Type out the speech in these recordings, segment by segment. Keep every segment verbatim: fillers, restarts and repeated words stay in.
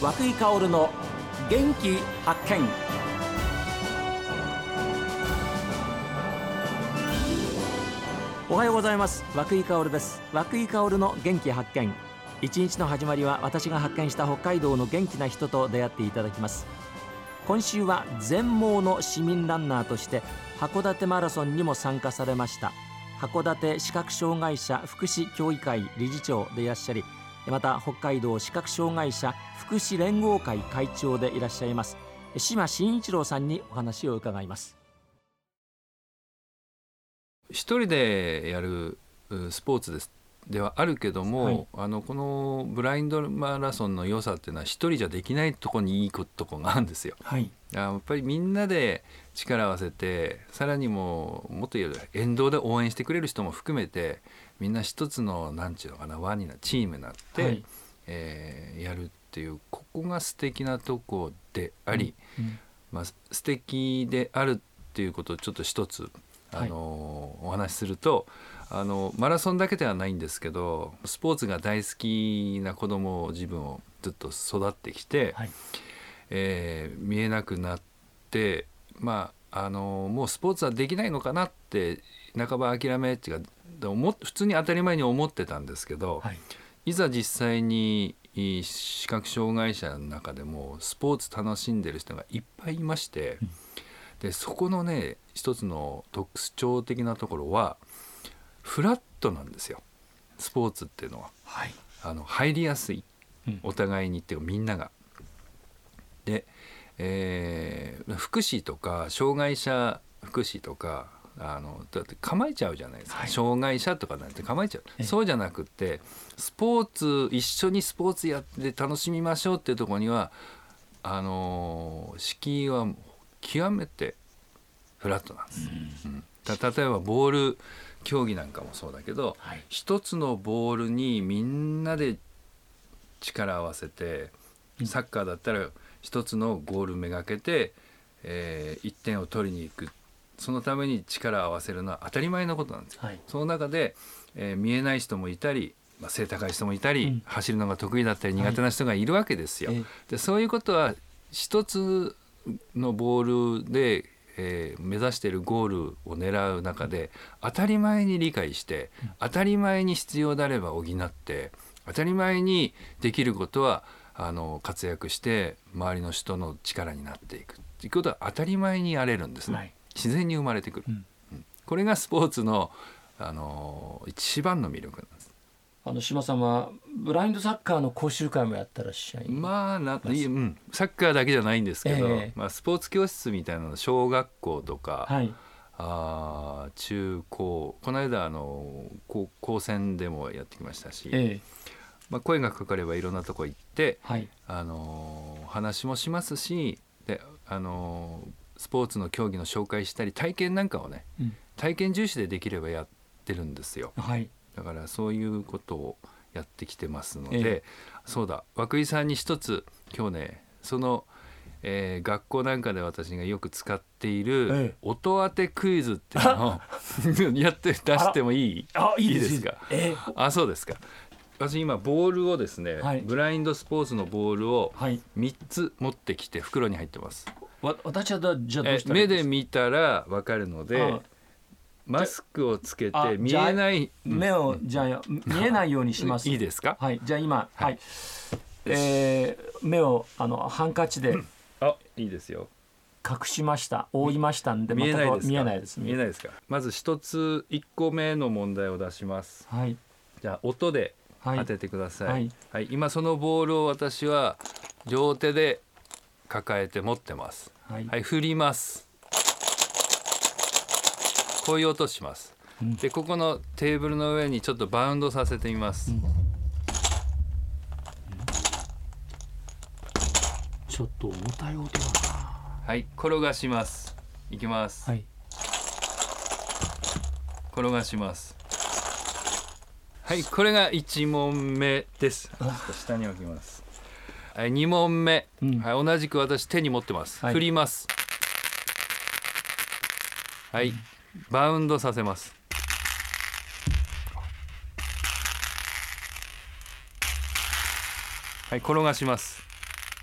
和久井薫の元気発見。おはようございます。和久井薫です。和久井薫の元気発見。一日の始まりは私が発見した北海道の元気な人と出会っていただきます。今週は全盲の市民ランナーとして函館マラソンにも参加されました函館視覚障害者福祉協議会理事長でいらっしゃり、また北海道視覚障害者福祉連合会会長でいらっしゃいます島真一郎さんにお話を伺います。 一人でやるスポーツですではあるけども、はい、あのこのブラインドマラソンの良さっていうのは一人じゃできないところにいいところがあるんですよ、はい、やっぱりみんなで力を合わせて、さらにももっと言えば沿道で応援してくれる人も含めて、みんな一つのなんちゅうのかな輪になチームになって、はい、えー、やるっていう、ここが素敵なとこであり、うんうん、まあ、素敵であるっていうことをちょっと一つあの、はい、お話しすると、あのマラソンだけではないんですけど、スポーツが大好きな子供を自分をずっと育ってきて、はい、えー、見えなくなって、まあ、あのもうスポーツはできないのかなって半ば諦めっていうか普通に当たり前に思ってたんですけど、はい、いざ実際に視覚障害者の中でもスポーツ楽しんでる人がいっぱいいまして、うん、でそこのね一つの特徴的なところはフラットなんですよ。スポーツっていうのは、はい、あの入りやすい、お互いにっていうかみんながで、えー、福祉とか障害者福祉とかあのだって構えちゃうじゃないですか、はい、障害者とかなんて構えちゃう。そうじゃなくてスポーツ一緒にスポーツやって楽しみましょうっていうところにはあの敷居は極めてフラットなんです、うんうん、た例えばボール競技なんかもそうだけど、はい、一つのボールにみんなで力を合わせて、サッカーだったら一つのゴールめがけて、えー、いってんを取りに行く。そのために力を合わせるのは当たり前のことなんですよ、はい、その中で、えー、見えない人もいたり、まあ、背高い人もいたり、うん、走るのが得意だったり苦手な人がいるわけですよ、はい、でそういうことは一つのボールでえー、目指しているゴールを狙う中で当たり前に理解して、当たり前に必要であれば補って、当たり前にできることはあの活躍して周りの人の力になっていくということは当たり前にやれるんですね、はい、自然に生まれてくる、うんうん、これがスポーツの、あの一番の魅力なんです。 あの島さんはブラインドサッカーの講習会もやったらっしゃいます。 まあないい、うん、サッカーだけじゃないんですけど、えーまあ、スポーツ教室みたいなの小学校とか、はい、あ中高この間あの 高, 高専でもやってきましたし、えーまあ、声がかかればいろんなとこ行って、はい、あの話もしますし、であのスポーツの競技の紹介したり体験なんかをね、うん、体験重視でできればやってるんですよ、はい、だからそういうことをやってきてますので、ええ、そうだ和久井さんに一つ今日ねその、えー、学校なんかで私がよく使っている、ええ、音当てクイズっていうのをやって出してもいい？ あいいですいいですか、ええ、あそうですか。私今ボールをですね、はい、ブラインドスポーツのボールをみっつ持ってきて袋に入ってます、 わ私はだじゃあどうしたらいいですか？ 目で見たら分かるのでマスクをつけて見えない目をじゃあ見えないようにしますいいですか？ はい、じゃあ今、はい、えー、目をあのハンカチで、うん、 あいいですよ隠しました、覆いましたんで見えないですか？ 見えないです、 見えないですか？まず一ついっこめの問題を出します、はい、じゃあ音で当ててください、はいはい、今そのボールを私は両手で抱えて持ってます、はいはい、振ります。こういう音します、うん、でここのテーブルの上にちょっとバウンドさせてみます、うん、 ちょっと重たい音だな。 はい、転がします。いきます、はい、転がします。はい、これがいち問目です。下に置きます、はい、に問目、うんはい、同じく私手に持ってます、はい、振ります。はい、バウンドさせます。はい、転がします。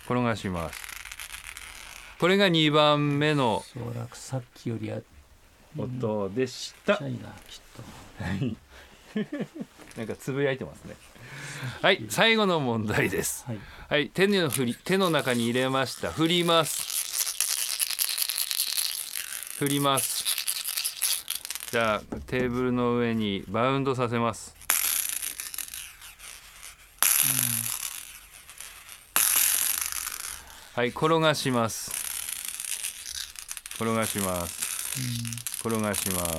転がします。これがにばんめのおそらくさっきよりや音でした。 ちっちゃいなきっとなんかつぶやいてますね。はい、最後の問題です。はい、はい、手の振り、手の中に入れました。振ります。振ります。じゃあテーブルの上にバウンドさせます。はい、転がします。転がします。転がします。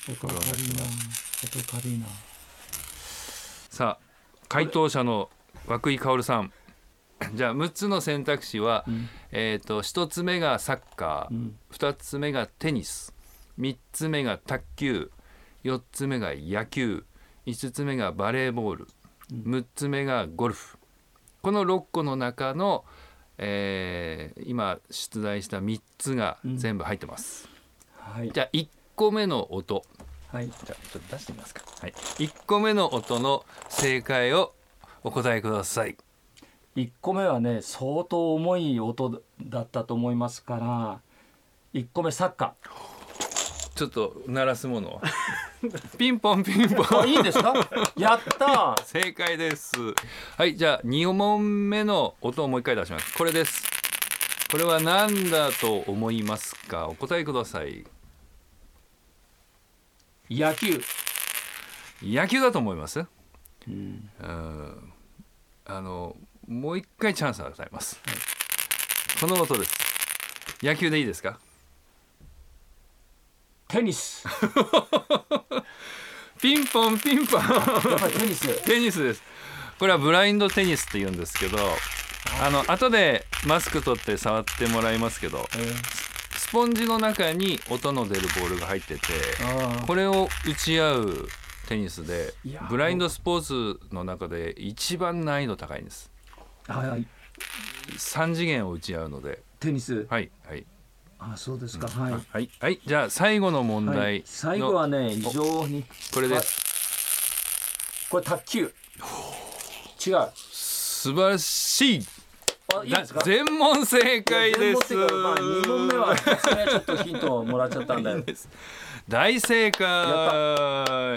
音軽いな。音軽いな。 さあ、回答者の涌井薫さん。じゃあむっつの選択肢は、うん、えーとひとつめがサッカー、うん、ふたつめがテニス、みっつめが卓球、よっつめが野球、いつつめがバレーボール、うん、むっつめがゴルフ。このろっこの中の、えー、今出題したみっつが全部入ってます、うんはい、じゃあいっこめの音、はい、じゃあちょっと出してみますか、はい、いっこめの音の正解をお答えください。 いっこめはね相当重い音だったと思いますから、いっこめサッカー。ちょっと鳴らすものピンポンピンポンいいですかやった正解です。はい、じゃあに問目の音をもう一回出します。これです。これは何だと思いますか？お答えください。 野球。 野球だと思います、うん、うんあのもう一回チャンスがございます、はい、この音です。野球でいいですか？ テニスピンポンピンポンやっぱりテニステニスです。これはブラインドテニスって言うんですけど、あの後でマスク取って触ってもらいますけど、えー、スポンジの中に音の出るボールが入ってて、これを打ち合うテニスでブラインドスポーツの中で一番難易度高いんです。 はいはい、 さん次元を打ち合うのでテニス。 はいはい。 あ、そうですか、うん、はい、 はいはい、じゃあ最後の問題、はい、 最後はね非常にこれです。 これ卓球。違う。 素晴らしい。 あ、いいですか？ 全問正解です。 まあ、に問目はそれちょっとヒントをもらっちゃったんだよ大正解。やった。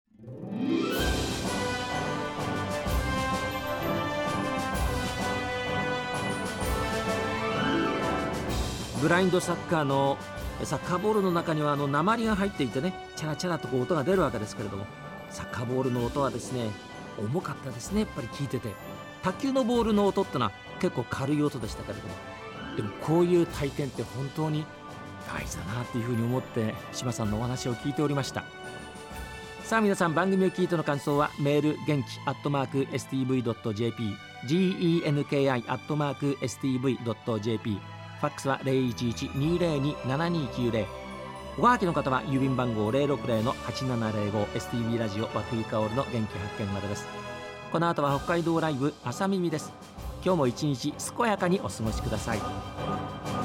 ブラインドサッカーのサッカーボールの中にはあの鉛が入っていてね、チャラチャラとこう音が出るわけですけれども、サッカーボールの音はですね重かったですね。やっぱり聞いてて、卓球のボールの音ってのは結構軽い音でしたけれども、でもこういう体験って本当に大事だなっていうふうに思って島さんのお話を聞いておりました。さあ皆さん、番組を聞いての感想はメール元気アットマーク エスティーブイドットジェーピー genki アットマーク エスティーブイドットジェーピー、 ファックスは ゼロいちいち にゼロに ななにきゅうゼロ、おはがきの方は郵便番号 ゼロろくゼロのはちななゼロご エスティービー ラジオ涌井薫の元気発見までです。この後は北海道ライブ朝耳です。今日も一日健やかにお過ごしください。